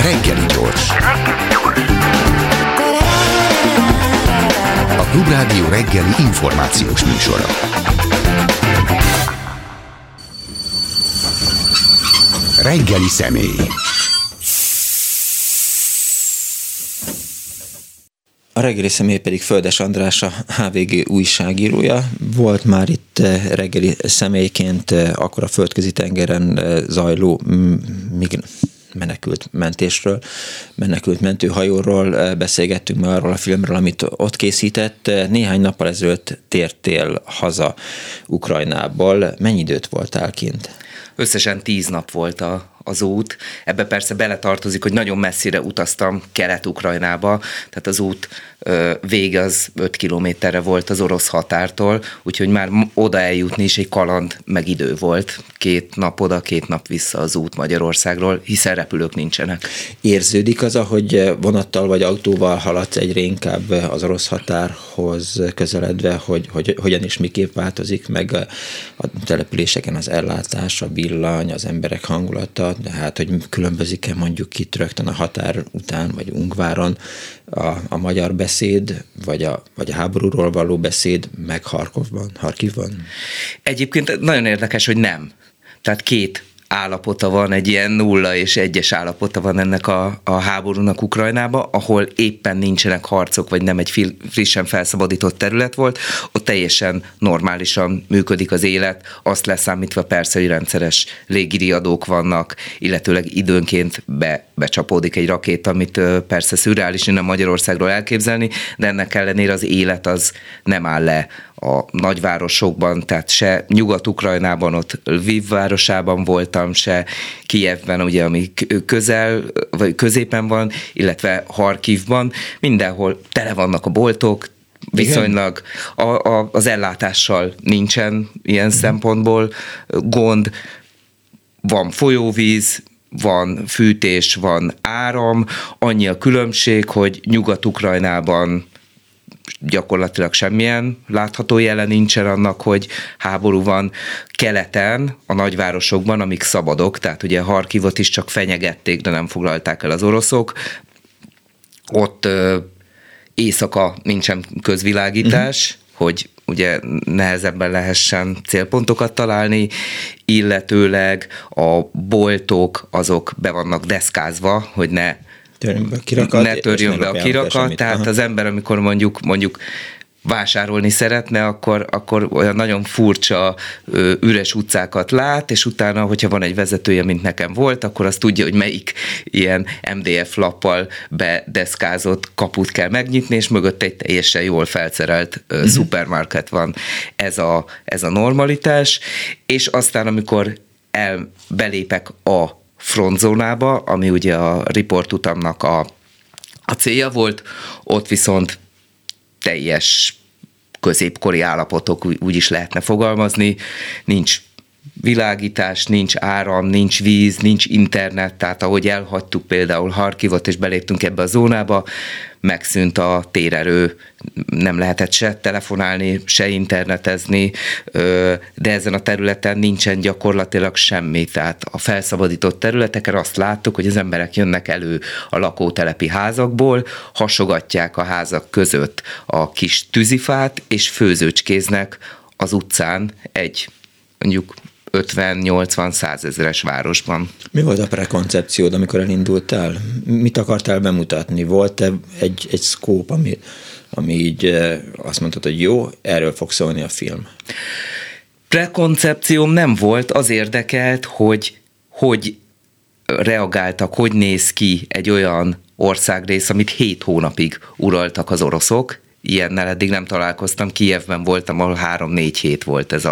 Reggeli gyors. A Klubrádió reggeli információs műsora. Reggeli személy. A reggeli személy pedig Földes András, a HVG újságírója. Volt már itt reggeli személyként akkor a földközi tengeren zajló menekült mentőhajóról beszélgettünk meg, arról a filmről, amit ott készített. Néhány nappal ezelőtt tértél haza Ukrajnából. Mennyi időt voltál kint? Összesen 10 nap volt az út. Ebbe persze beletartozik, hogy nagyon messzire utaztam Kelet-Ukrajnába, tehát az út vége az 5 kilométerre volt az orosz határtól, úgyhogy már oda eljutni is egy kaland meg idő volt. 2 nap oda, 2 nap vissza az út Magyarországról, hiszen repülők nincsenek. Érződik az, ahogy vonattal vagy autóval haladsz egyre inkább az orosz határhoz közeledve, hogy hogyan és miképp változik meg a településeken az ellátás, a villany, az emberek hangulata, de hát, hogy különbözik-e mondjuk itt rögtön a határ után, vagy Ungváron a magyar beszéd, vagy a háborúról való beszéd, meg Harkivban? Egyébként nagyon érdekes, hogy nem. Tehát 2 állapota van, egy ilyen 0 és 1-es állapota van ennek a háborúnak Ukrajnába, ahol éppen nincsenek harcok, vagy nem egy frissen felszabadított terület volt, ott teljesen normálisan működik az élet, azt leszámítva persze, hogy rendszeres légiriadók vannak, illetőleg időnként becsapódik egy rakéta, amit persze szürreális innen Magyarországról elképzelni, de ennek ellenére az élet az nem áll le a nagyvárosokban, tehát se Nyugat-Ukrajnában, ott Lviv városában voltam, se Kijevben, ugye, ami közel, vagy középen van, illetve Harkivban, mindenhol tele vannak a boltok, viszonylag az ellátással nincsen ilyen szempontból gond, van folyóvíz, van fűtés, van áram, annyi a különbség, hogy Nyugat-Ukrajnában gyakorlatilag semmilyen látható jele nincsen annak, hogy háború van. Keleten, a nagyvárosokban, amik szabadok, tehát ugye Harkivot is csak fenyegették, de nem foglalták el az oroszok. Ott éjszaka nincsen közvilágítás, hogy ugye nehezebben lehessen célpontokat találni, illetőleg a boltok azok be vannak deszkázva, hogy ne törjön be a kirakat, tehát az ember, amikor mondjuk vásárolni szeretne, akkor olyan nagyon furcsa üres utcákat lát, és utána, hogyha van egy vezetője, mint nekem volt, akkor azt tudja, hogy melyik ilyen MDF lappal bedeszkázott kaput kell megnyitni, és mögött egy teljesen jól felszerelt szupermarket van. Ez a normalitás, és aztán, amikor belépek a frontzónába, ami ugye a riportutamnak a célja volt, ott viszont teljes középkori állapotok, úgy is lehetne fogalmazni, nincs világítás, nincs áram, nincs víz, nincs internet, tehát ahogy elhagytuk például Harkivot és beléptünk ebbe a zónába, megszűnt a térerő, nem lehetett se telefonálni, se internetezni, de ezen a területen nincsen gyakorlatilag semmi, tehát a felszabadított területeken azt láttuk, hogy az emberek jönnek elő a lakótelepi házakból, hasogatják a házak között a kis tűzifát, és főzőcskéznek az utcán egy mondjuk 50-80-100 ezeres városban. Mi volt a prekoncepciód, amikor elindultál? Mit akartál bemutatni? Volt-e egy szkóp, ami így azt mondtad, hogy jó, erről fog szólni a film? Prekoncepcióm nem volt, az érdekelt, hogy reagáltak, hogy néz ki egy olyan országrész, amit 7 hónapig uraltak az oroszok. Ilyennel eddig nem találkoztam, Kijevben voltam, ahol 3-4 hét volt ez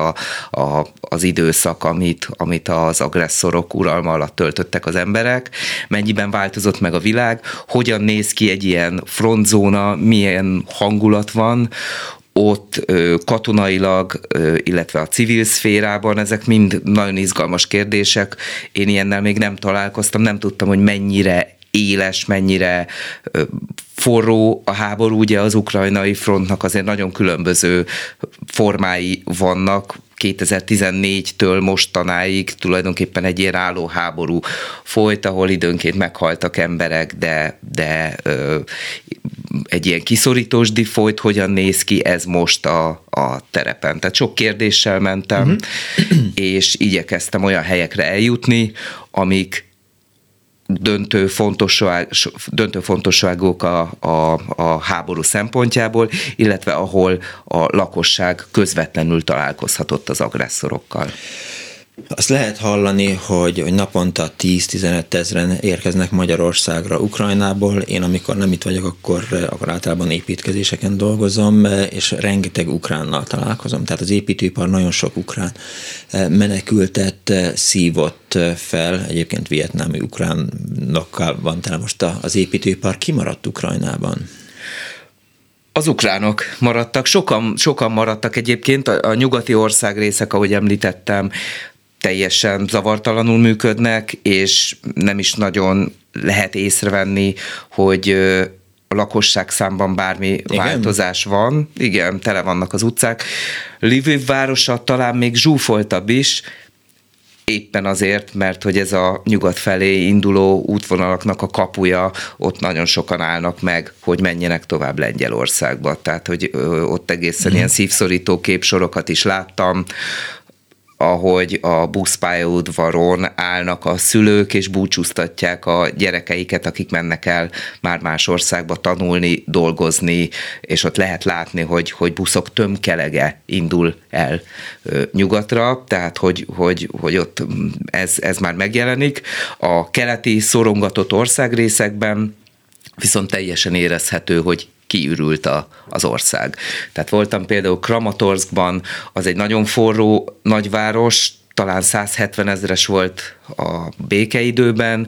az időszak, amit az agresszorok uralma alatt töltöttek az emberek. Mennyiben változott meg a világ, hogyan néz ki egy ilyen frontzóna, milyen hangulat van, ott katonailag, illetve a civil szférában, ezek mind nagyon izgalmas kérdések. Én ilyennel még nem találkoztam, nem tudtam, hogy mennyire éles, mennyire forró a háború, ugye az ukrajnai frontnak azért nagyon különböző formái vannak, 2014-től mostanáig tulajdonképpen egy ilyen álló háború folyt, ahol időnként meghaltak emberek, de egy ilyen kiszorítósdi folyt, hogyan néz ki ez most a terepen. Tehát sok kérdéssel mentem, és igyekeztem olyan helyekre eljutni, amik döntő fontosságúak a háború szempontjából, illetve ahol a lakosság közvetlenül találkozhatott az agresszorokkal. Azt lehet hallani, hogy naponta 10-15 ezren érkeznek Magyarországra Ukrajnából. Én amikor nem itt vagyok, akkor általában építkezéseken dolgozom, és rengeteg ukránnal találkozom. Tehát az építőipar nagyon sok ukrán menekültet szívott fel. Egyébként vietnámi ukránokkal van tele most az építőipar. Ki maradt Ukrajnában? Az ukránok maradtak, sokan maradtak egyébként, a nyugati országrészek, ahogy említettem, teljesen zavartalanul működnek, és nem is nagyon lehet észrevenni, hogy a lakosság számban bármi változás van. Igen, tele vannak az utcák. Lviv városa talán még zsúfoltabb is, éppen azért, mert hogy ez a nyugat felé induló útvonalaknak a kapuja, ott nagyon sokan állnak meg, hogy menjenek tovább Lengyelországba. Tehát, hogy ott egészen ilyen szívszorító képsorokat is láttam, ahogy a buszpályaudvaron állnak a szülők, és búcsúztatják a gyerekeiket, akik mennek el már más országba tanulni, dolgozni, és ott lehet látni, hogy buszok tömkelege indul el nyugatra, tehát hogy ott ez már megjelenik. A keleti szorongatott országrészekben viszont teljesen érezhető, hogy kiürült az ország. Tehát voltam például Kramatorszkban, az egy nagyon forró nagyváros, talán 170 000-es volt a békeidőben.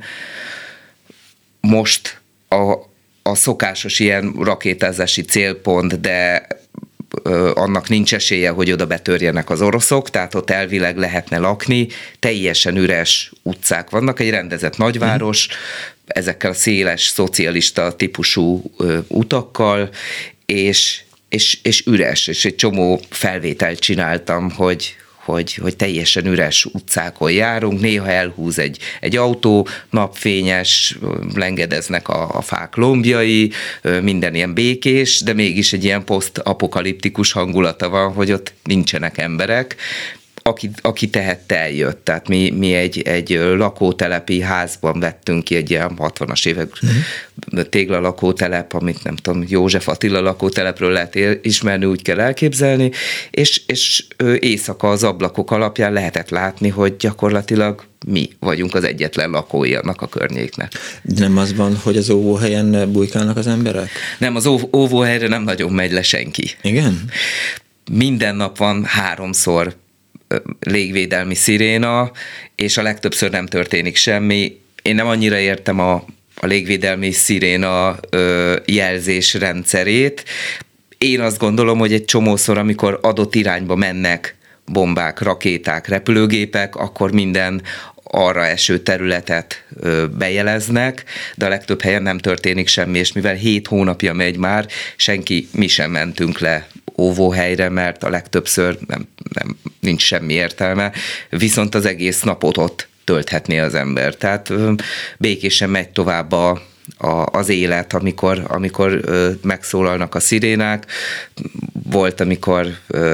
Most a szokásos ilyen rakétázási célpont, de annak nincs esélye, hogy oda betörjenek az oroszok, tehát ott elvileg lehetne lakni, teljesen üres utcák vannak, egy rendezett nagyváros, ezekkel a széles szocialista típusú utakkal, és üres, és egy csomó felvételt csináltam, hogy teljesen üres utcákon járunk, néha elhúz egy autó, napfényes, lengedeznek a fák lombjai, minden ilyen békés, de mégis egy ilyen posztapokaliptikus hangulata van, hogy ott nincsenek emberek. Aki tehette, eljött. Tehát mi egy lakótelepi házban vettünk ki egy ilyen 60-as évek tégla lakótelep, amit nem tudom, József Attila lakótelepről lehet ismerni, úgy kell elképzelni, és éjszaka az ablakok alapján lehetett látni, hogy gyakorlatilag mi vagyunk az egyetlen lakói annak a környéknek. De nem az van, hogy az óvóhelyen bujkálnak az emberek? Nem, az óvóhelyre nem nagyon megy le senki. Igen? Minden nap van 3-szor légvédelmi sziréna, és a legtöbbször nem történik semmi. Én nem annyira értem a légvédelmi sziréna jelzés rendszerét. Én azt gondolom, hogy egy csomószor, amikor adott irányba mennek bombák, rakéták, repülőgépek, akkor minden arra eső területet bejeleznek, de a legtöbb helyen nem történik semmi, és mivel 7 hónapja megy már, mi sem mentünk le óvóhelyre, mert a legtöbbször nincs semmi értelme, viszont az egész napot ott tölthetné az ember. Tehát békésen megy tovább az élet, amikor megszólalnak a szirénák. Volt, amikor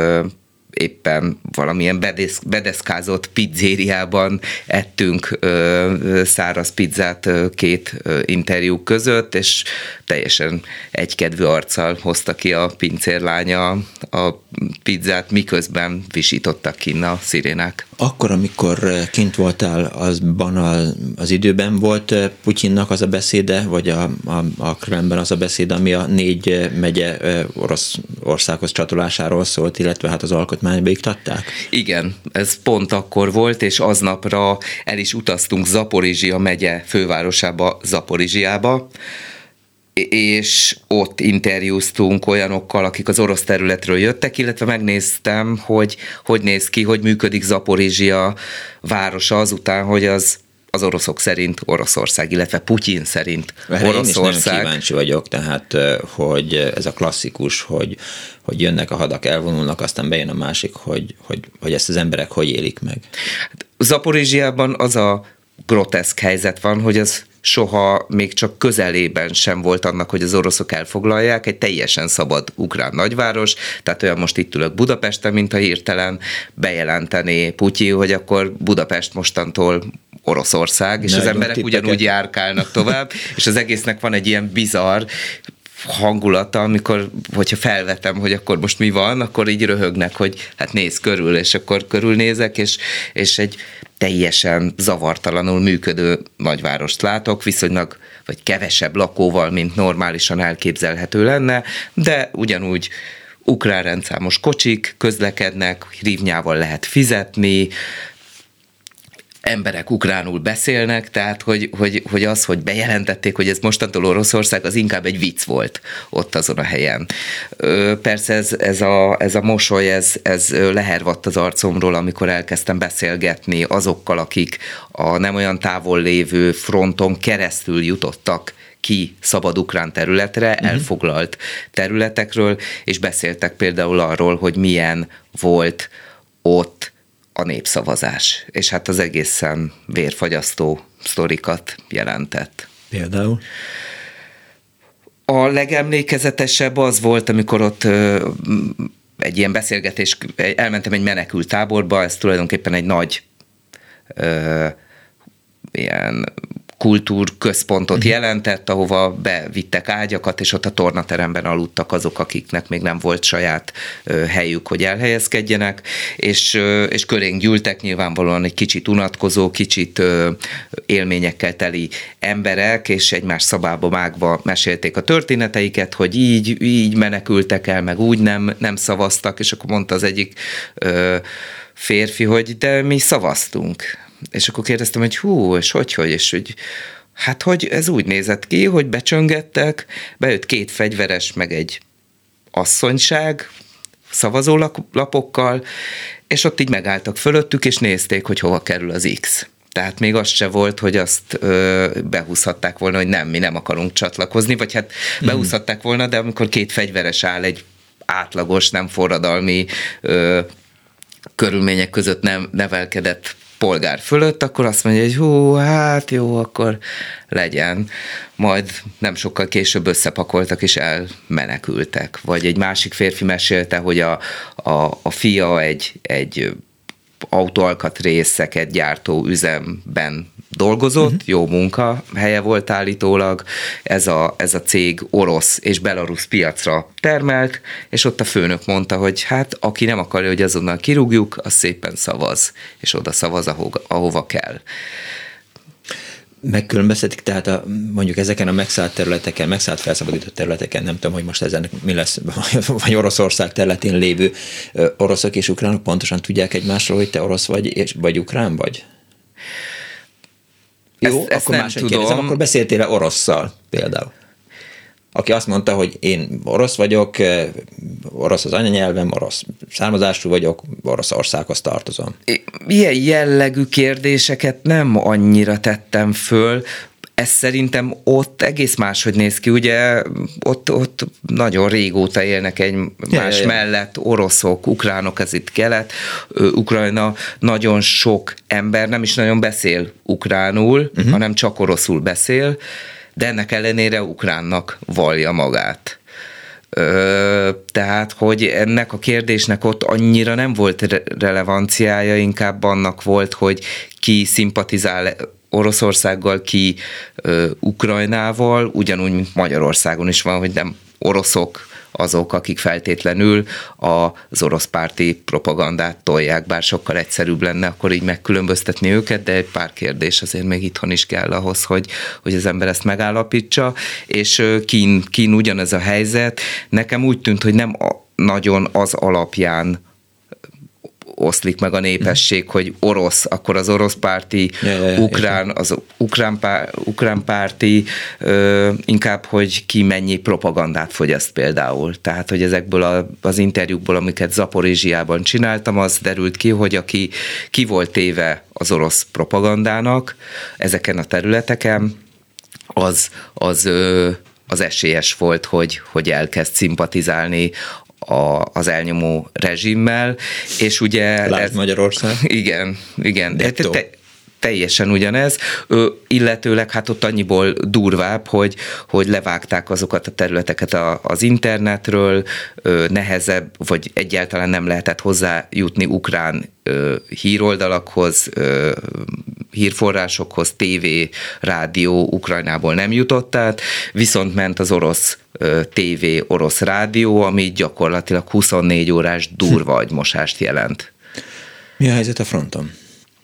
éppen valamilyen bedeszkázott pizzériában ettünk száraz pizzát 2 interjú között, és teljesen egykedvű arccal hozta ki a pincérlánya a pizzát, miközben visítottak kinn a szirénák. Akkor, amikor kint voltál azban az időben, volt Putyinnak az a beszéde, vagy a Kremlben az a beszéd, ami a 4 megye Oroszországhoz csatolásáról szólt, illetve hát az alkotmányba iktatták? Igen, ez pont akkor volt, és aznapra el is utaztunk Zaporizsia megye fővárosába, Zaporizsiába, és ott interjúztunk olyanokkal, akik az orosz területről jöttek, illetve megnéztem, hogy néz ki, hogy működik Zaporizsia városa azután, hogy az az oroszok szerint Oroszország, illetve Putyin szerint Oroszország. Én is Oroszország. nagyon kíváncsi vagyok, tehát, hogy ez a klasszikus, hogy jönnek a hadak, elvonulnak, aztán bejön a másik, hogy ezt az emberek hogy élik meg. Zaporizsiában az a groteszk helyzet van, hogy az soha még csak közelében sem volt annak, hogy az oroszok elfoglalják, egy teljesen szabad ukrán nagyváros, tehát olyan most itt ülök Budapesten, mint ha hirtelen bejelentené Putyin, hogy akkor Budapest mostantól Oroszország, és az emberek ugyanúgy járkálnak tovább, és az egésznek van egy ilyen bizarr hangulata, amikor, hogyha felvetem, hogy akkor most mi van, akkor így röhögnek, hogy hát nézz körül, és akkor körülnézek, és egy teljesen zavartalanul működő nagyvárost látok, viszonylag, vagy kevesebb lakóval, mint normálisan elképzelhető lenne, de ugyanúgy ukrán rendszámos kocsik közlekednek, hrivnyával lehet fizetni, emberek ukránul beszélnek, tehát hogy az, hogy bejelentették, hogy ez mostantól Oroszország, az inkább egy vicc volt ott azon a helyen. Persze ez a mosoly, ez lehervadt az arcomról, amikor elkezdtem beszélgetni azokkal, akik a nem olyan távol lévő fronton keresztül jutottak ki szabad ukrán területre, elfoglalt területekről, és beszéltek például arról, hogy milyen volt ott a népszavazás, és hát az egészen vérfagyasztó sztorikat jelentett. Például? A legemlékezetesebb az volt, amikor ott egy ilyen beszélgetés, elmentem egy menekült táborba, ez tulajdonképpen egy nagy ilyen kultúrközpontot jelentett, ahova bevittek ágyakat, és ott a tornateremben aludtak azok, akiknek még nem volt saját helyük, hogy elhelyezkedjenek, és körénk gyűltek nyilvánvalóan egy kicsit unatkozó, kicsit élményekkel teli emberek, és egymás szabába mágva mesélték a történeteiket, hogy így menekültek el, meg úgy nem szavaztak, és akkor mondta az egyik férfi, hogy de mi szavaztunk. És akkor kérdeztem, hogy és hogy hát hogy ez úgy nézett ki, hogy becsöngettek, bejött 2 fegyveres, meg egy asszonyság szavazólapokkal, és ott így megálltak fölöttük, és nézték, hogy hova kerül az X. Tehát még az se volt, hogy azt behúzhatták volna, hogy nem, mi nem akarunk csatlakozni, vagy hát behúzhatták volna, de amikor 2 fegyveres áll egy átlagos, nem forradalmi körülmények között nem nevelkedett polgár fölött, akkor azt mondja, hogy hát jó, akkor legyen. Majd nem sokkal később összepakoltak és elmenekültek. Vagy egy másik férfi mesélte, hogy a fia egy autóalkatrészeket gyártó üzemben dolgozott, jó munkahelye volt állítólag, ez a cég orosz és belarusz piacra termelt, és ott a főnök mondta, hogy hát aki nem akarja, hogy azonnal kirúgjuk, az szépen szavaz, és oda szavaz, ahova kell. Megkülönböztetik, tehát mondjuk ezeken a megszállt területeken, megszállt felszabadított területeken, nem tudom, hogy most ezen mi lesz, vagy Oroszország területén lévő oroszok és ukránok pontosan tudják egymásról, hogy te orosz vagy ukrán vagy? Jó, ezt akkor máshogy kérdezem, akkor beszéltél-e orosszal például? Aki azt mondta, hogy én orosz vagyok, orosz az anyanyelvem, orosz származású vagyok, Oroszországhoz tartozom. Ilyen jellegű kérdéseket nem annyira tettem föl. Ez szerintem ott egész máshogy néz ki, ugye ott nagyon régóta élnek egymás mellett oroszok, ukránok, ez itt kelet, Ukrajna, nagyon sok ember nem is nagyon beszél ukránul, hanem csak oroszul beszél, de ennek ellenére ukránnak vallja magát. Tehát, hogy ennek a kérdésnek ott annyira nem volt relevanciája, inkább annak volt, hogy ki szimpatizál Oroszországgal, ki Ukrajnával, ugyanúgy, mint Magyarországon is van, hogy nem oroszok azok, akik feltétlenül az orosz párti propagandát tolják, bár sokkal egyszerűbb lenne akkor így megkülönböztetni őket, de egy pár kérdés azért még itthon is kell ahhoz, hogy az ember ezt megállapítsa, és Kín ugyanez a helyzet. Nekem úgy tűnt, hogy nem nagyon az alapján oszlik meg a népesség, hogy orosz, akkor az orosz párti, ukrán, az ukrán párti, inkább, hogy ki mennyi propagandát fogyaszt például. Tehát, hogy ezekből az interjúkból, amiket Zaporizsiában csináltam, az derült ki, hogy aki ki volt téve az orosz propagandának ezeken a területeken, az esélyes volt, hogy elkezd szimpatizálni az elnyomó rezsimmel, és ugye... Lásd Magyarország. Igen. Teljesen ugyanez, illetőleg hát ott annyiból durvább, hogy levágták azokat a területeket az internetről, nehezebb, vagy egyáltalán nem lehetett hozzájutni ukrán híroldalakhoz, hírforrásokhoz, tévé, rádió Ukrajnából nem jutott át, viszont ment az orosz tévé, orosz rádió, ami gyakorlatilag 24 órás durva agymosást jelent. Mi a helyzet a fronton?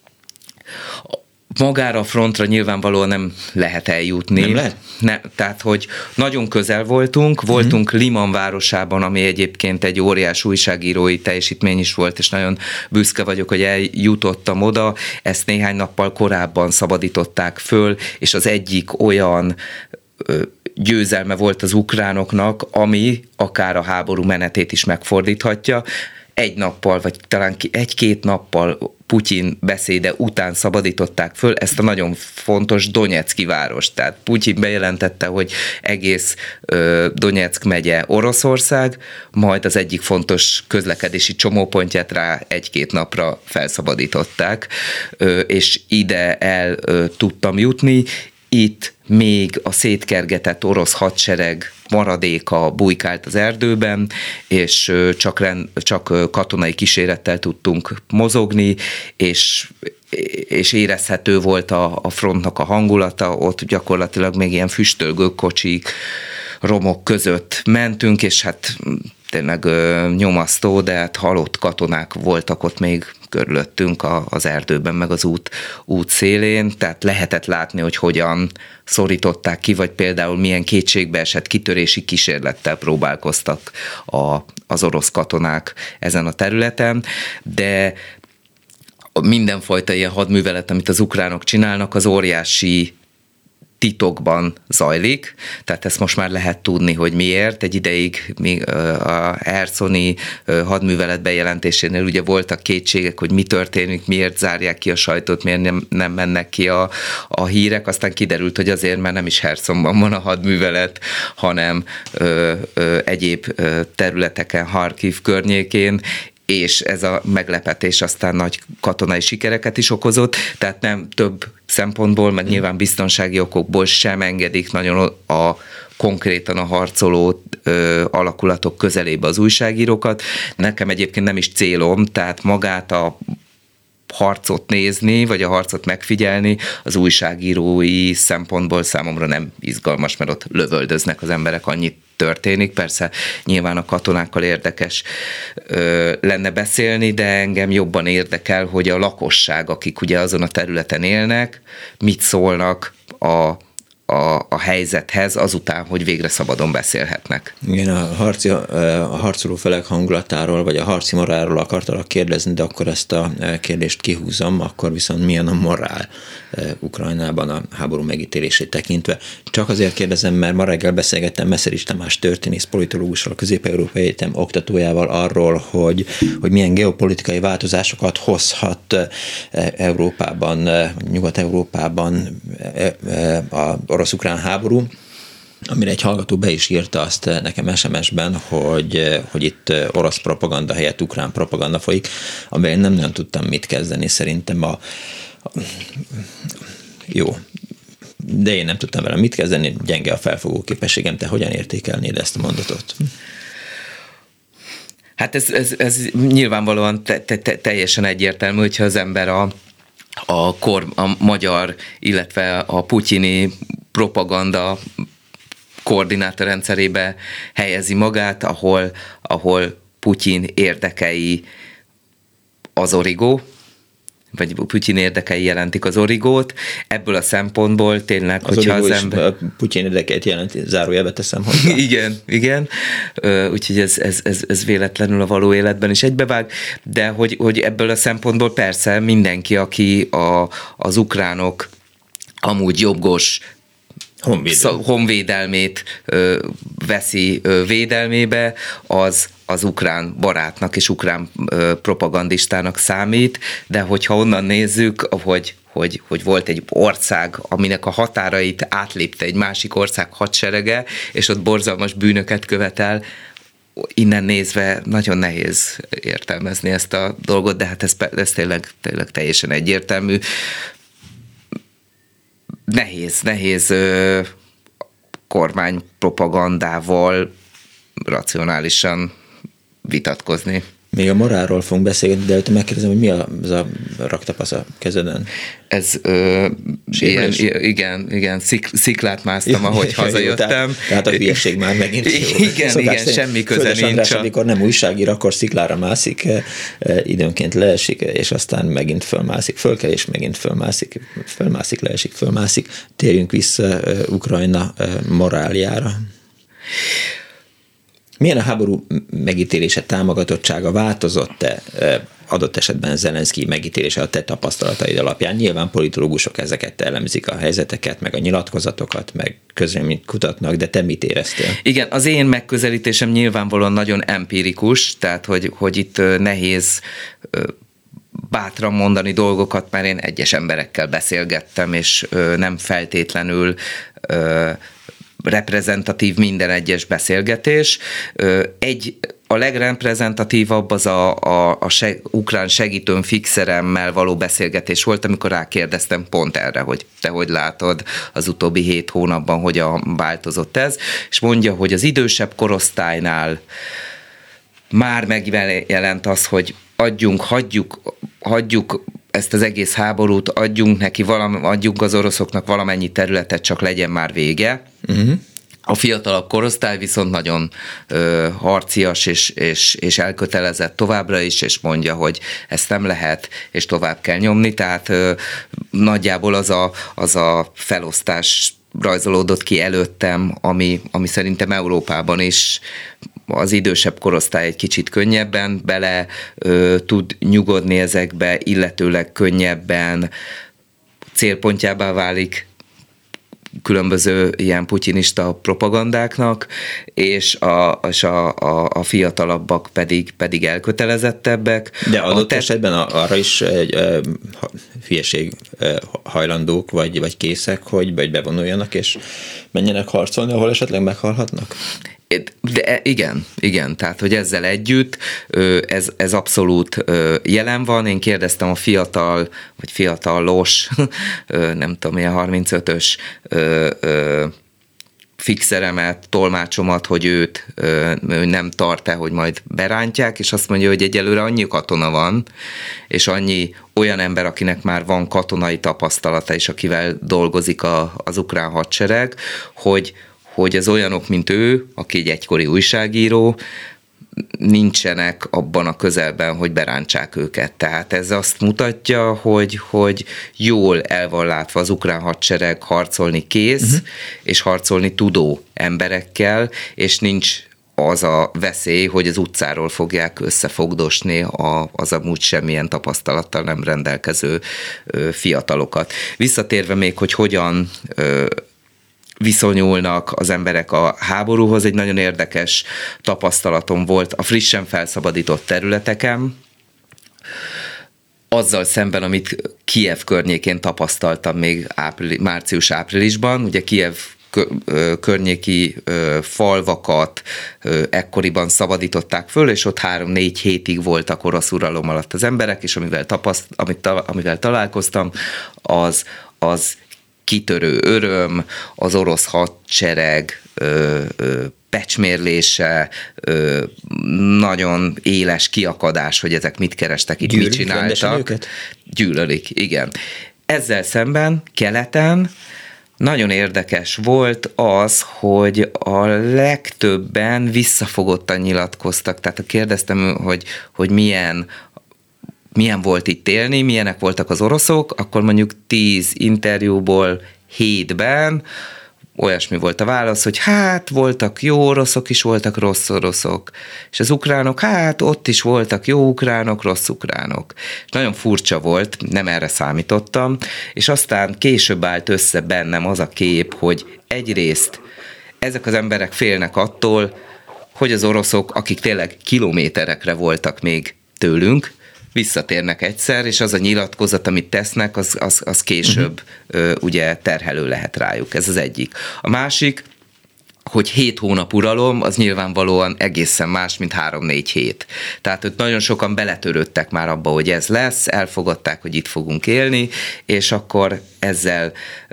Magára a frontra nyilvánvalóan nem lehet eljutni. Nem lehet? Nem, tehát, hogy nagyon közel voltunk Liman városában, ami egyébként egy óriás újságírói teljesítmény is volt, és nagyon büszke vagyok, hogy eljutottam oda. Ezt néhány nappal korábban szabadították föl, és az egyik olyan győzelme volt az ukránoknak, ami akár a háború menetét is megfordíthatja. Egy nappal, vagy talán egy-két nappal Putyin beszéde után szabadították föl ezt a nagyon fontos Donyeck várost. Tehát Putyin bejelentette, hogy egész Donyeck megye Oroszország, majd az egyik fontos közlekedési csomópontját rá egy-két napra felszabadították, és ide el tudtam jutni. Itt még a szétkergetett orosz hadsereg maradéka bujkált az erdőben, és csak katonai kísérettel tudtunk mozogni, és érezhető volt a frontnak a hangulata, ott gyakorlatilag még ilyen füstölgő kocsik, romok között mentünk, és hát tényleg nyomasztó, de hát halott katonák voltak ott még körülöttünk az erdőben, meg az út szélén, tehát lehetett látni, hogy hogyan szorították ki, vagy például milyen kétségbeesett kitörési kísérlettel próbálkoztak az orosz katonák ezen a területen, de mindenfajta ilyen hadművelet, amit az ukránok csinálnak, az óriási titokban zajlik, tehát ezt most már lehet tudni, hogy miért. Egy ideig még a herszoni hadművelet bejelentésénél ugye voltak kétségek, hogy mi történik, miért zárják ki a sajtót, miért nem mennek ki a hírek, aztán kiderült, hogy azért, mert nem is Herszonban van a hadművelet, hanem egyéb területeken, Harkiv környékén, és ez a meglepetés aztán nagy katonai sikereket is okozott, tehát nem több szempontból, meg nyilván biztonsági okokból sem engedik nagyon konkrétan a harcoló alakulatok közelébe az újságírókat. Nekem egyébként nem is célom, tehát magát a harcot nézni, vagy a harcot megfigyelni, az újságírói szempontból számomra nem izgalmas, mert ott lövöldöznek az emberek, annyit történik. Persze nyilván a katonákkal érdekes lenne beszélni, de engem jobban érdekel, hogy a lakosság, akik ugye azon a területen élnek, mit szólnak a helyzethez azután, hogy végre szabadon beszélhetnek. Igen, a harcoló felek hangulatáról, vagy a harci morálról akartalak kérdezni, de akkor ezt a kérdést kihúzom, akkor viszont milyen a morál Ukrajnában a háború megítélését tekintve. Csak azért kérdezem, mert ma reggel beszélgettem Meszerics Tamás történész politológussal, a Közép-Európai Egyetem oktatójával arról, hogy milyen geopolitikai változásokat hozhat Európában, Nyugat-Európában a orosz-ukrán háború, amire egy hallgató be is írta azt nekem SMS-ben, hogy itt orosz propaganda helyett ukrán propaganda folyik, amivel én nem tudtam mit kezdeni, szerintem jó, de én nem tudtam vele mit kezdeni, gyenge a felfogó képességem, te hogyan értékelnéd ezt a mondatot? Hát ez nyilvánvalóan teljesen egyértelmű, hogyha az ember a magyar, illetve a putyini propaganda koordinátorrendszerébe helyezi magát, ahol Putyin érdekei az origó, vagy Putyin érdekei jelentik az origót. Ebből a szempontból tényleg, az hogyha origó az ember... Putyin érdekeit jelenti, zárójelbe teszem hozzá. Igen. Úgyhogy ez véletlenül a való életben is egybevág, de hogy ebből a szempontból persze mindenki, aki az ukránok amúgy jogos honvédelmét veszi védelmébe, az ukrán barátnak és ukrán propagandistának számít, de hogyha onnan nézzük, hogy volt egy ország, aminek a határait átlépte egy másik ország hadserege, és ott borzalmas bűnöket követel, innen nézve nagyon nehéz értelmezni ezt a dolgot, de hát ez tényleg teljesen egyértelmű. Nehéz kormánypropagandával racionálisan vitatkozni. Még a morálról fogunk beszélni, de előtte megkérdezem, hogy mi az a raktapasz a kezeden? Ez igen, sziklát másztam, ahogy hazajöttem. Tehát a hülyeség már megint jó. Igen, semmi köze nincs. Amikor nem újságír, akkor sziklára mászik, időnként leesik, és aztán megint fölmászik, fölkel, és megint fölmászik, leesik, fölmászik. Térjünk vissza Ukrajna moráljára. Milyen a háború megítélése, támogatottsága, változott-e adott esetben Zelenszkij megítélése a te tapasztalataid alapján? Nyilván politológusok ezeket elemzik, a helyzeteket, meg a nyilatkozatokat, meg közvéleményt kutatnak, de te mit éreztél? Igen, az én megközelítésem nyilvánvalóan nagyon empirikus, tehát hogy itt nehéz bátran mondani dolgokat, mert én egyes emberekkel beszélgettem, és nem feltétlenül reprezentatív minden egyes beszélgetés. A legreprezentatívabb az a ukrán segítőm fixeremmel való beszélgetés volt, amikor rákérdeztem pont erre, hogy te hogy látod az utóbbi 7 hónapban, hogyan változott ez, és mondja, hogy az idősebb korosztálynál már megjelent az, hogy hagyjuk ezt az egész háborút, adjunk az oroszoknak valamennyi területet, csak legyen már vége. Uh-huh. A fiatalabb korosztály viszont nagyon harcias és elkötelezett továbbra is, és mondja, hogy ezt nem lehet, és tovább kell nyomni, tehát nagyjából az a felosztás rajzolódott ki előttem, ami szerintem Európában is az idősebb korosztály egy kicsit könnyebben bele tud nyugodni ezekbe, illetőleg könnyebben célpontjává válik különböző ilyen putyinista propagandáknak, és a fiatalabbak pedig elkötelezettebbek. De adott esetben arra is hülyeség hajlandók, vagy készek, hogy bevonuljanak, és menjenek harcolni, ahol esetleg meghalhatnak? De igen, tehát hogy ezzel együtt ez abszolút jelen van. Én kérdeztem a fiatalos, nem tudom, ilyen 35-ös fixeremet, tolmácsomat, hogy ő nem tart-e, hogy majd berántják, és azt mondja, hogy egyelőre annyi katona van, és annyi olyan ember, akinek már van katonai tapasztalata, és akivel dolgozik az ukrán hadsereg, hogy az olyanok, mint ő, aki egy egykori újságíró, nincsenek abban a közelben, hogy berántsák őket. Tehát ez azt mutatja, hogy jól el van látva az ukrán hadsereg harcolni kész, és harcolni tudó emberekkel, és nincs az a veszély, hogy az utcáról fogják összefogdosni az amúgy semmilyen tapasztalattal nem rendelkező fiatalokat. Visszatérve még, hogy hogyan viszonyulnak az emberek a háborúhoz, egy nagyon érdekes tapasztalatom volt a frissen felszabadított területeken, azzal szemben, amit Kijev környékén tapasztaltam még március-áprilisban. Ugye Kijev környéki falvakat ekkoriban szabadították föl, és ott 3-4 hétig voltak orosz uralom alatt az emberek, és amivel találkoztam, az kitörő öröm, az orosz hadsereg pecsmérlése, nagyon éles kiakadás, hogy ezek mit kerestek itt, mit csináltak. Gyűlölik, igen. Ezzel szemben keleten nagyon érdekes volt az, hogy a legtöbben visszafogottan nyilatkoztak. Tehát kérdeztem, hogy milyen milyen volt itt élni, milyenek voltak az oroszok, akkor mondjuk 10 interjúból 7-ben olyasmi volt a válasz, hogy hát voltak jó oroszok is, voltak rossz oroszok. És az ukránok, hát ott is voltak jó ukránok, rossz ukránok. És nagyon furcsa volt, nem erre számítottam, és aztán később állt össze bennem az a kép, hogy egyrészt ezek az emberek félnek attól, hogy az oroszok, akik tényleg kilométerekre voltak még tőlünk, visszatérnek egyszer, és az a nyilatkozat, amit tesznek, az később ugye terhelő lehet rájuk. Ez az egyik. A másik, hogy 7 hónap uralom, az nyilvánvalóan egészen más, mint 3-4 hét. Tehát ott nagyon sokan beletörődtek már abba, hogy ez lesz, elfogadták, hogy itt fogunk élni, és akkor ezzel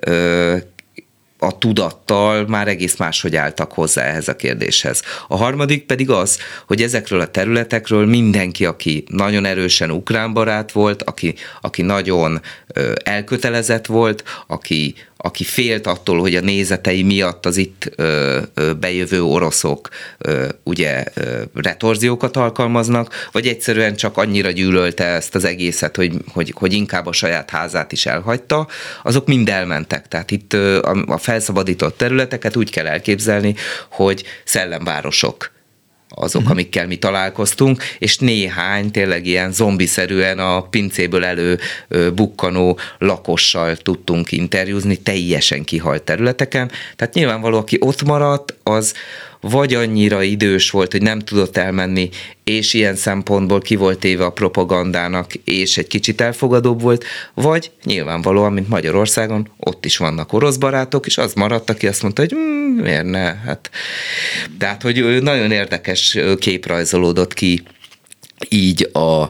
a tudattal már egész máshogy álltak hozzá ehhez a kérdéshez. A harmadik pedig az, hogy ezekről a területekről mindenki, aki nagyon erősen ukrán barát volt, aki nagyon elkötelezett volt, aki félt attól, hogy a nézetei miatt az itt bejövő oroszok ugye retorziókat alkalmaznak, vagy egyszerűen csak annyira gyűlölte ezt az egészet, hogy inkább a saját házát is elhagyta, azok mind elmentek. Tehát itt a felszabadított területeket úgy kell elképzelni, hogy szellemvárosok azok, amikkel mi találkoztunk, és néhány tényleg ilyen zombiszerűen a pincéből elő bukkanó lakossal tudtunk interjúzni teljesen kihalt területeken. Tehát nyilvánvaló, aki ott maradt, az vagy annyira idős volt, hogy nem tudott elmenni, és ilyen szempontból ki volt téve a propagandának, és egy kicsit elfogadóbb volt, vagy nyilvánvalóan, mint Magyarországon, ott is vannak orosz barátok, és az maradt, aki azt mondta, hogy miért ne? Hát. Tehát, hogy nagyon érdekes kép rajzolódott ki így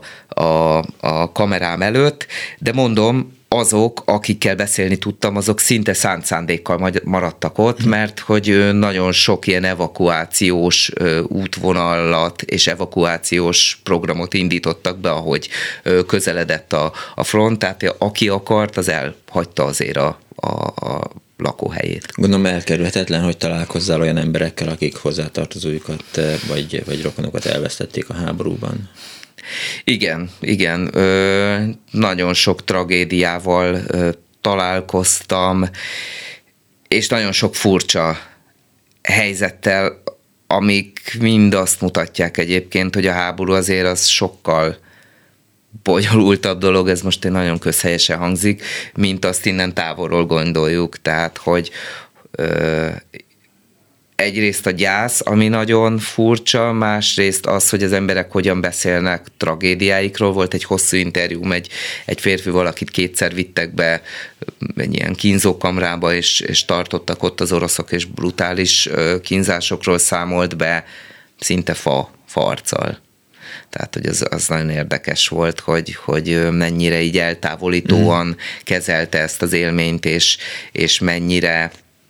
a kamerám előtt, de mondom, azok, akikkel beszélni tudtam, azok szinte szánt szándékkal maradtak ott, mert hogy nagyon sok ilyen evakuációs útvonalat és evakuációs programot indítottak be, ahogy közeledett a front, tehát aki akart, az elhagyta azért a lakóhelyét. Gondolom elkerülhetetlen, hogy találkozzál olyan emberekkel, akik hozzátartozójukat vagy rokonokat elvesztették a háborúban. Igen. Nagyon sok tragédiával találkoztam, és nagyon sok furcsa helyzettel, amik mind azt mutatják egyébként, hogy a háború azért az sokkal bonyolultabb dolog, ez most nagyon közhelyesen hangzik, mint azt innen távolról gondoljuk. Tehát, hogy egyrészt a gyász, ami nagyon furcsa, másrészt az, hogy az emberek hogyan beszélnek tragédiáikról. Volt egy hosszú interjúm, egy férfival, akit 2-szer vittek be egy ilyen kínzókamrába, és tartottak ott az oroszok, és brutális kínzásokról számolt be, szinte fa arccal. Tehát, hogy az nagyon érdekes volt, hogy mennyire így eltávolítóan kezelte ezt az élményt, és mennyire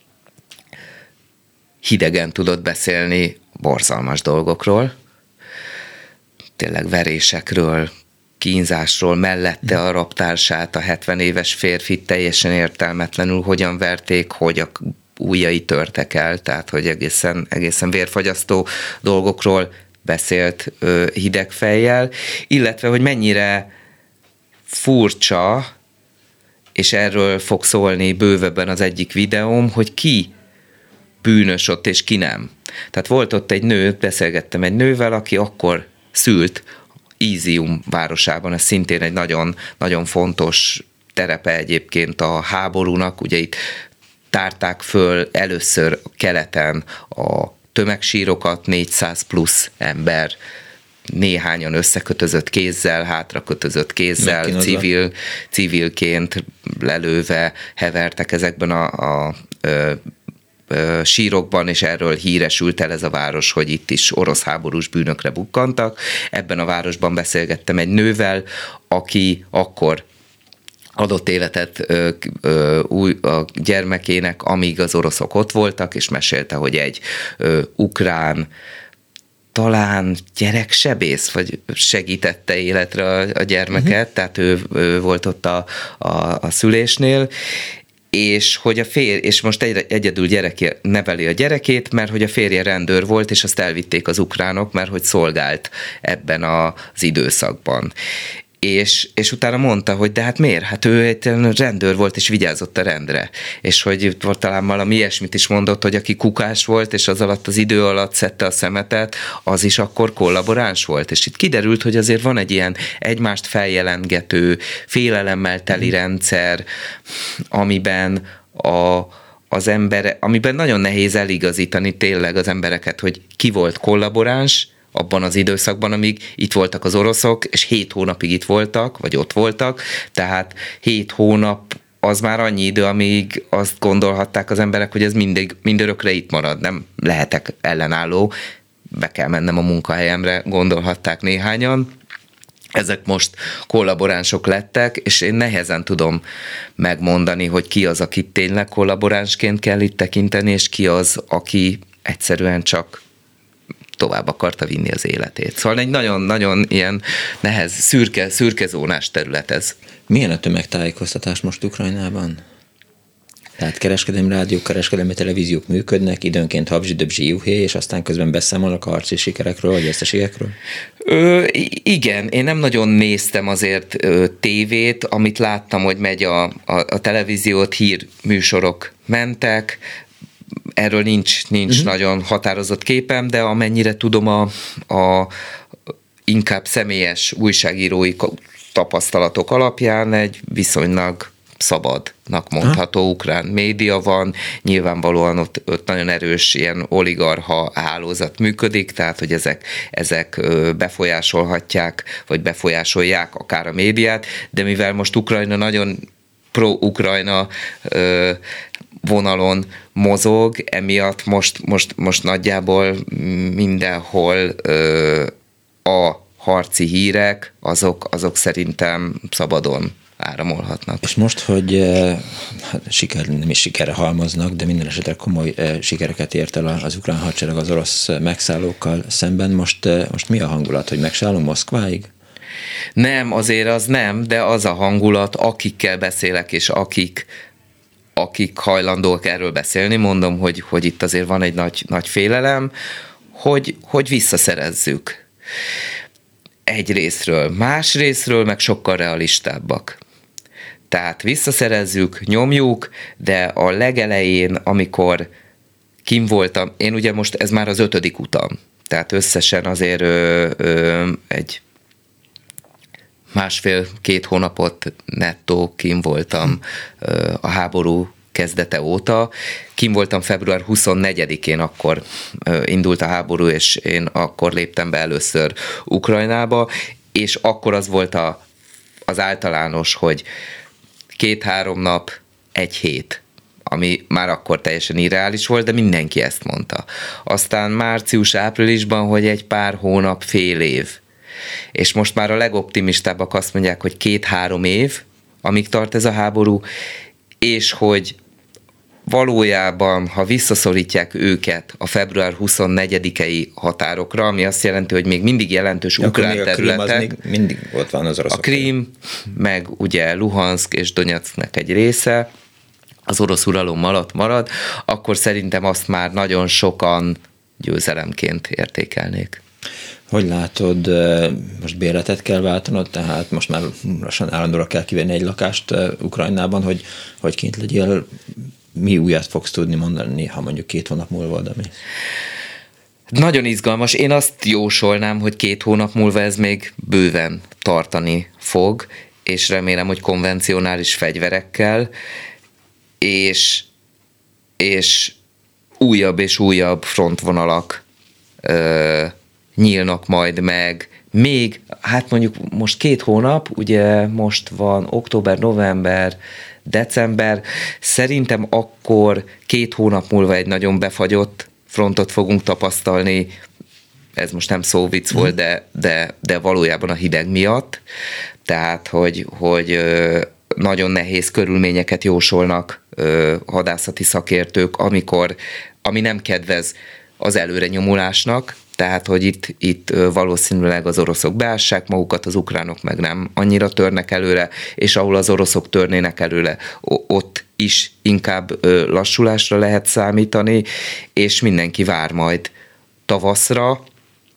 hidegen tudott beszélni borzalmas dolgokról, tényleg verésekről, kínzásról, mellette a rabtársát, a 70 éves férfit teljesen értelmetlenül hogyan verték, hogy a ujjai törtek el, tehát hogy egészen vérfagyasztó dolgokról beszélt hideg fejjel, illetve hogy mennyire furcsa, és erről fog szólni bővebben az egyik videóm, hogy ki bűnös ott, és ki nem. Tehát volt ott egy nő, beszélgettem egy nővel, aki akkor szült Izium városában, ez szintén egy nagyon, nagyon fontos terepe egyébként a háborúnak, ugye itt tárták föl először keleten a tömegsírokat, 400 plusz ember, néhányan összekötözött kézzel, hátrakötözött kézzel, civilként lelőve hevertek ezekben a sírokban, és erről híresült el ez a város, hogy itt is orosz háborús bűnökre bukkantak. Ebben a városban beszélgettem egy nővel, aki akkor adott életet a gyermekének, amíg az oroszok ott voltak, és mesélte, hogy egy ukrán talán gyereksebész, vagy segítette életre a gyermeket, tehát ő volt ott a szülésnél, és hogy a férj, és most egyedül neveli a gyerekét, mert hogy a férje rendőr volt, és azt elvitték az ukránok, mert hogy szolgált ebben az időszakban. és utána mondta, hogy de hát miért? Hát ő egy rendőr volt, és vigyázott a rendre. És hogy talán valami ilyesmit is mondott, hogy aki kukás volt, és az alatt az idő alatt szedte a szemetet, az is akkor kollaboráns volt. És itt kiderült, hogy azért van egy ilyen egymást feljelentgető, félelemmel teli rendszer, amiben amiben nagyon nehéz eligazítani tényleg az embereket, hogy ki volt kollaboráns abban az időszakban, amíg itt voltak az oroszok, és 7 hónapig itt voltak, vagy ott voltak, tehát 7 hónap az már annyi idő, amíg azt gondolhatták az emberek, hogy ez mindörökre itt marad, nem lehetek ellenálló, be kell mennem a munkahelyemre, gondolhatták néhányan. Ezek most kollaboránsok lettek, és én nehezen tudom megmondani, hogy ki az, akit tényleg kollaboránsként kell itt tekinteni, és ki az, aki egyszerűen csak tovább akarta vinni az életét. Szóval egy nagyon-nagyon ilyen nehez, szürke zónás terület ez. Milyen a tömegtájékoztatás most Ukrajnában? Tehát kereskedelmi rádiók, kereskedelmi televíziók működnek, időnként habzsi-döbzsi juhé, és aztán közben beszámolnak a harci sikerekről, vagy veszteségekről? Igen, én nem nagyon néztem azért tévét, amit láttam, hogy megy a televíziót, hírműsorok mentek, erről nincs nagyon határozott képem, de amennyire tudom a inkább személyes újságírói tapasztalatok alapján egy viszonylag szabadnak mondható ukrán média van, nyilvánvalóan ott nagyon erős ilyen oligarcha hálózat működik, tehát hogy ezek befolyásolhatják, vagy befolyásolják akár a médiát, de mivel most Ukrajna nagyon pro-Ukrajna vonalon mozog, emiatt most nagyjából mindenhol a harci hírek, azok szerintem szabadon áramolhatnak. És most, hogy nem is sikerre halmoznak, de minden esetre komoly sikereket ért el az ukrán hadsereg az orosz megszállókkal szemben, most mi a hangulat, hogy megszállunk Moszkváig? Nem, azért az nem, de az a hangulat, akikkel beszélek, és akik hajlandóak erről beszélni, mondom, hogy itt azért van egy nagy félelem, hogy visszaszerezzük. Egy részről, más részről meg sokkal realistábbak. Tehát visszaszerezzük, nyomjuk, de a legelején, amikor kim voltam, én ugye most ez már az 5. utam, tehát összesen azért egy 1,5-2 hónapot nettó kim voltam a háború kezdete óta. Kim voltam február 24-én, akkor indult a háború, és én akkor léptem be először Ukrajnába, és akkor az volt az általános, hogy 2-3 nap, 1 hét, ami már akkor teljesen irreális volt, de mindenki ezt mondta. Aztán március-áprilisban, hogy egy pár hónap, fél év. És most már a legoptimistábbak azt mondják, hogy 2-3 év, amíg tart ez a háború, és hogy valójában, ha visszaszorítják őket a február 24-i határokra, ami azt jelenti, hogy még mindig jelentős ukrán területek. Mindig ott van az oroszok. A Krím, meg ugye Luhanszk és Donyecknek egy része, az orosz uralom alatt marad, akkor szerintem azt már nagyon sokan győzelemként értékelnék. Hogy látod, most bérletet kell váltanod, tehát most már lassan állandóra kell kivenni egy lakást Ukrajnában, hogy kint legyél, mi újat fogsz tudni mondani, ha mondjuk 2 hónap múlva odamész? Nagyon izgalmas. Én azt jósolnám, hogy 2 hónap múlva ez még bőven tartani fog, és remélem, hogy konvencionális fegyverekkel, és újabb és újabb frontvonalak nyílnak majd meg. Még, hát mondjuk most 2 hónap, ugye most van október, november, december, szerintem akkor 2 hónap múlva egy nagyon befagyott frontot fogunk tapasztalni, ez most nem szóvic volt, de valójában a hideg miatt, tehát, hogy nagyon nehéz körülményeket jósolnak hadászati szakértők, ami nem kedvez az előrenyomulásnak, tehát, hogy itt valószínűleg az oroszok beássák magukat, az ukránok meg nem annyira törnek előre, és ahol az oroszok törnének előre, ott is inkább lassulásra lehet számítani, és mindenki vár majd tavaszra,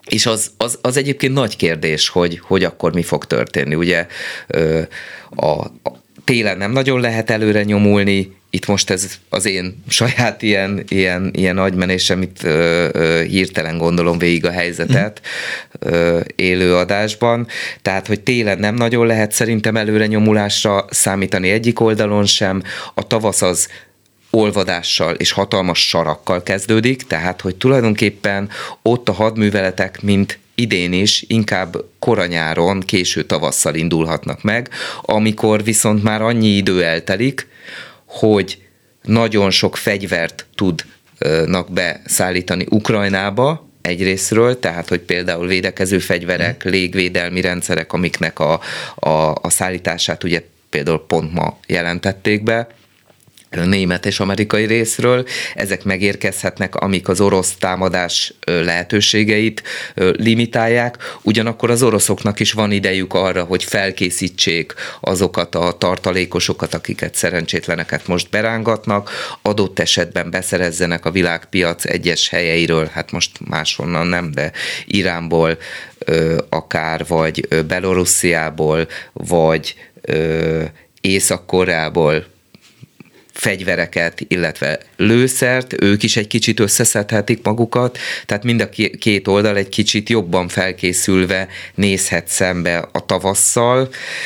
És az egyébként nagy kérdés, hogy akkor mi fog történni. Ugye a télen nem nagyon lehet előre nyomulni, itt most ez az én saját ilyen agymenésem, itt hirtelen gondolom végig a helyzetet élő adásban. Tehát, hogy télen nem nagyon lehet szerintem előre nyomulásra számítani egyik oldalon sem. A tavasz az olvadással és hatalmas sarakkal kezdődik, tehát, hogy tulajdonképpen ott a hadműveletek, mint idén is, inkább koranyáron, késő tavasszal indulhatnak meg, amikor viszont már annyi idő eltelik, hogy nagyon sok fegyvert tudnak beszállítani Ukrajnába egyrészről, tehát, hogy például védekező fegyverek, légvédelmi rendszerek, amiknek a szállítását ugye például pont ma jelentették be, német és amerikai részről, ezek megérkezhetnek, amik az orosz támadás lehetőségeit limitálják, ugyanakkor az oroszoknak is van idejük arra, hogy felkészítsék azokat a tartalékosokat, akiket szerencsétleneket most berángatnak, adott esetben beszerezzenek a világpiac egyes helyeiről, hát most máshonnan nem, de Iránból akár, vagy Belorussziából, vagy Észak-Koreából fegyvereket, illetve lőszert, ők is egy kicsit összeszedhetik magukat, tehát mind a két oldal egy kicsit jobban felkészülve nézhet szembe a tavasszal,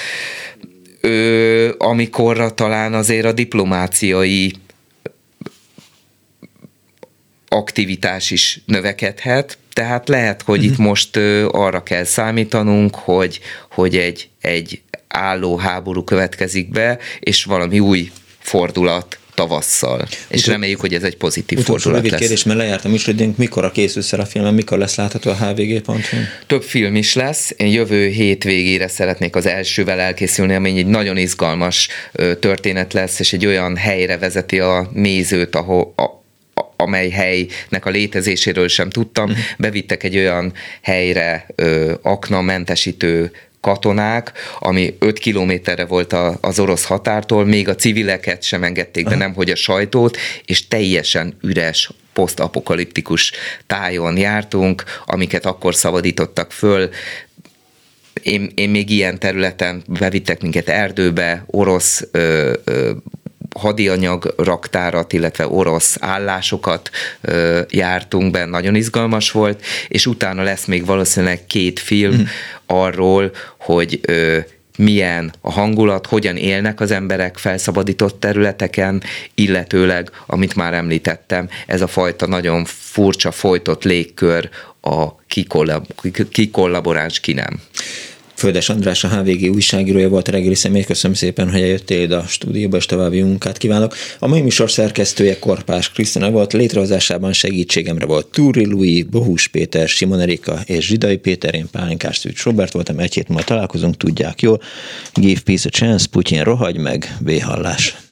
amikorra talán azért a diplomáciai aktivitás is növekedhet, tehát lehet, hogy itt most arra kell számítanunk, hogy egy álló háború következik be, és valami új fordulat tavasszal. És reméljük, hogy ez egy pozitív fordulat lesz. Kérdés, mert lejárt a műsoridőnk, mikor készülsz el a filmen, mikor lesz látható a hvg.hu? Több film is lesz. Én jövő hét végére szeretnék az elsővel elkészülni, ami egy nagyon izgalmas történet lesz, és egy olyan helyre vezeti a nézőt, amely helynek a létezéséről sem tudtam. Bevittek egy olyan helyre aknamentesítő katonák, ami 5 kilométerre volt az orosz határtól, még a civileket sem engedték be, nemhogy a sajtót, és teljesen üres, posztapokaliptikus tájon jártunk, amiket akkor szabadítottak föl. Én még ilyen területen bevittek minket erdőbe, orosz hadianyag raktárat, illetve orosz állásokat jártunk be, nagyon izgalmas volt, és utána lesz még valószínűleg 2 film arról, hogy milyen a hangulat, hogyan élnek az emberek felszabadított területeken, illetőleg, amit már említettem, ez a fajta nagyon furcsa, folytott légkör, a ki kollaboráns, ki nem. Földes András, a HVG újságírója volt, a reggeli személy. Köszönöm szépen, hogy eljöttél ide a stúdióba, és további munkát kívánok. A mai műsor szerkesztője Korpás Krisztina volt, létrehozásában segítségemre volt Túri Lui, Bohus Péter, Simon Erika és Zsidai Péter, én Pálinkás Szűcs Robert voltam, egy hét múlva találkozunk, tudják jól. Give peace a chance, Putyin rohagy meg, véhallás.